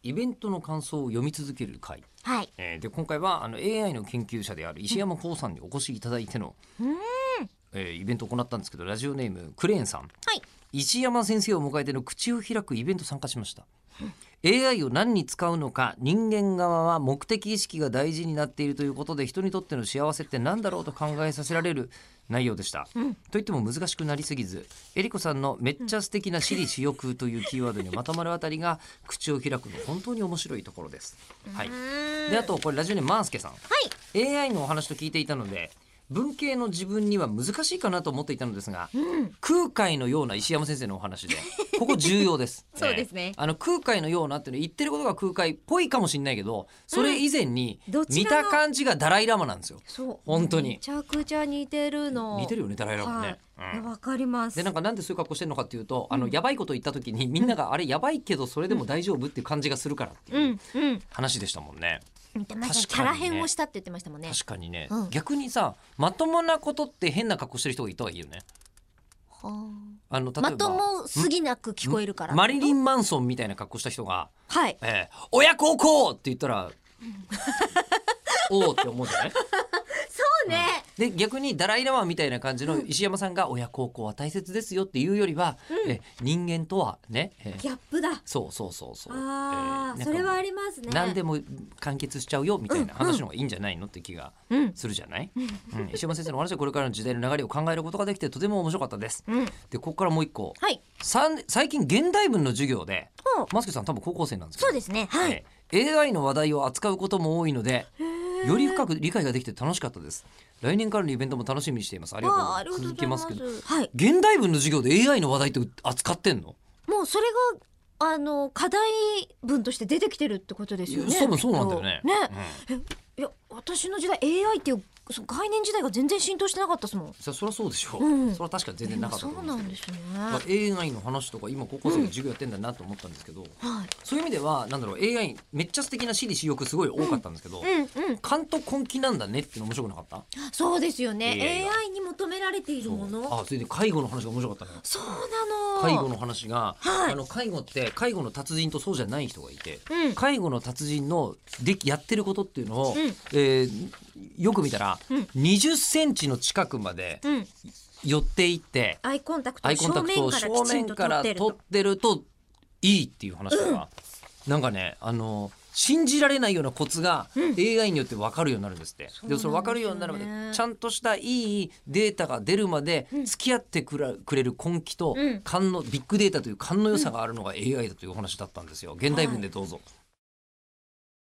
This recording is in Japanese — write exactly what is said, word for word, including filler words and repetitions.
イベントの感想を読み続ける会、 はいえー、で今回はあの エーアイ の研究者である石山光さんにお越しいただいての、 うんえー、イベントを行ったんですけど、ラジオネームクレーンさん、 はい、 石山先生を迎えての口を開くイベント参加しました、うん、エーアイ を何に使うのか、人間側は目的意識が大事になっているということで、人にとっての幸せって何だろうと考えさせられる内容でした、うん、といっても難しくなりすぎず、えりこさんのめっちゃ素敵な私利私欲というキーワードにまとまるあたりが口を開くの本当に面白いところです、はい、であとこれラジオネームマースケさん、はい、エーアイ のお話と聞いていたので文系の自分には難しいかなと思っていたのですが、うん、空海のような石山先生のお話でここ重要ですそうですね、 あの空海のようなっていうの言ってることが空海っぽいかもしれないけど、それ以前に見た感じがダライラマなんですよ、 そう本当にめちゃくちゃ似てるの。 似てるよねダライラマね、 はい、うん、わかります。 でなんかなんでそういう格好してるのかっていうと、うん、あのやばいこと言った時にみんなが、うん、あれやばいけどそれでも大丈夫っていう感じがするからっていう話でしたもんね、 見てました。キャラ変をしたって言ってましたもんね。 確かにね、 うん、 逆にさまともなことって変な格好してる人がいた方がいいよね。 はあの例えばまともすぎなく聞こえるから、 マリリン・マンソンみたいな格好した人が、 はい、 えー、親孝行って言ったらおおって思うじゃないそうね、 うん、で逆にダライラマンみたいな感じの石山さんが親孝行は大切ですよっていうよりは、うん、え人間とはね、えー、 ギャップだ。 そうそうそうそう、 あ、えー、それはありますね。 何でも完結しちゃうよみたいな話の方がいいんじゃないのって気がするじゃない、うんうん、石山先生のお話はこれからの時代の流れを考えることができてとても面白かったです、うん、でここからもう一個、はい、最近現代文の授業でマスケさん多分高校生なんですけど、 そうですね、はい、 えー、エーアイ の話題を扱うことも多いのでより深く理解ができて楽しかったです。来年からのイベントも楽しみにしています。ありがとうございます。続けますけど、はい、現代文の授業で エーアイ の話題って扱ってんの？ もうそれがあの課題文として出てきてるってことですよね。 多分そうなんだよね。 ね、うん、えいや私の時代 エーアイ っていうその概念自体が全然浸透してなかったですもん。 そりゃそうでしょう、うん、それは確かに全然なかったと思うんですけど、そうなんですね、まあ、エーアイ の話とか今高校生で授業やってんだなと思ったんですけど、うん、そういう意味ではなんだろう エーアイ めっちゃ素敵な私利私欲すごい多かったんですけど、うんうんうん、勘と根気なんだねっての面白くなかった？ そうですよね、 エーアイ に求められているもの。 あ、それで介護の話が面白かったね。 そうなの、 介護の話が、はい、あの介護って介護の達人とそうじゃない人がいて、うん、介護の達人のできやってることっていうのを、うん、えー、よく見たら、うん、にじゅっセンチの近くまで寄っていって、 うん、アイコンタクトを正面からきちんと撮ってるといいっていう話とか、うん、なんかねあの信じられないようなコツが エーアイ によって分かるようになるんですって、うん、でそれ分かるようになるまでちゃんとしたいいデータが出るまで付き合ってくらくれる根気と勘のビッグデータという勘の良さがあるのが エーアイ だというお話だったんですよ。現代文でどうぞ。はい。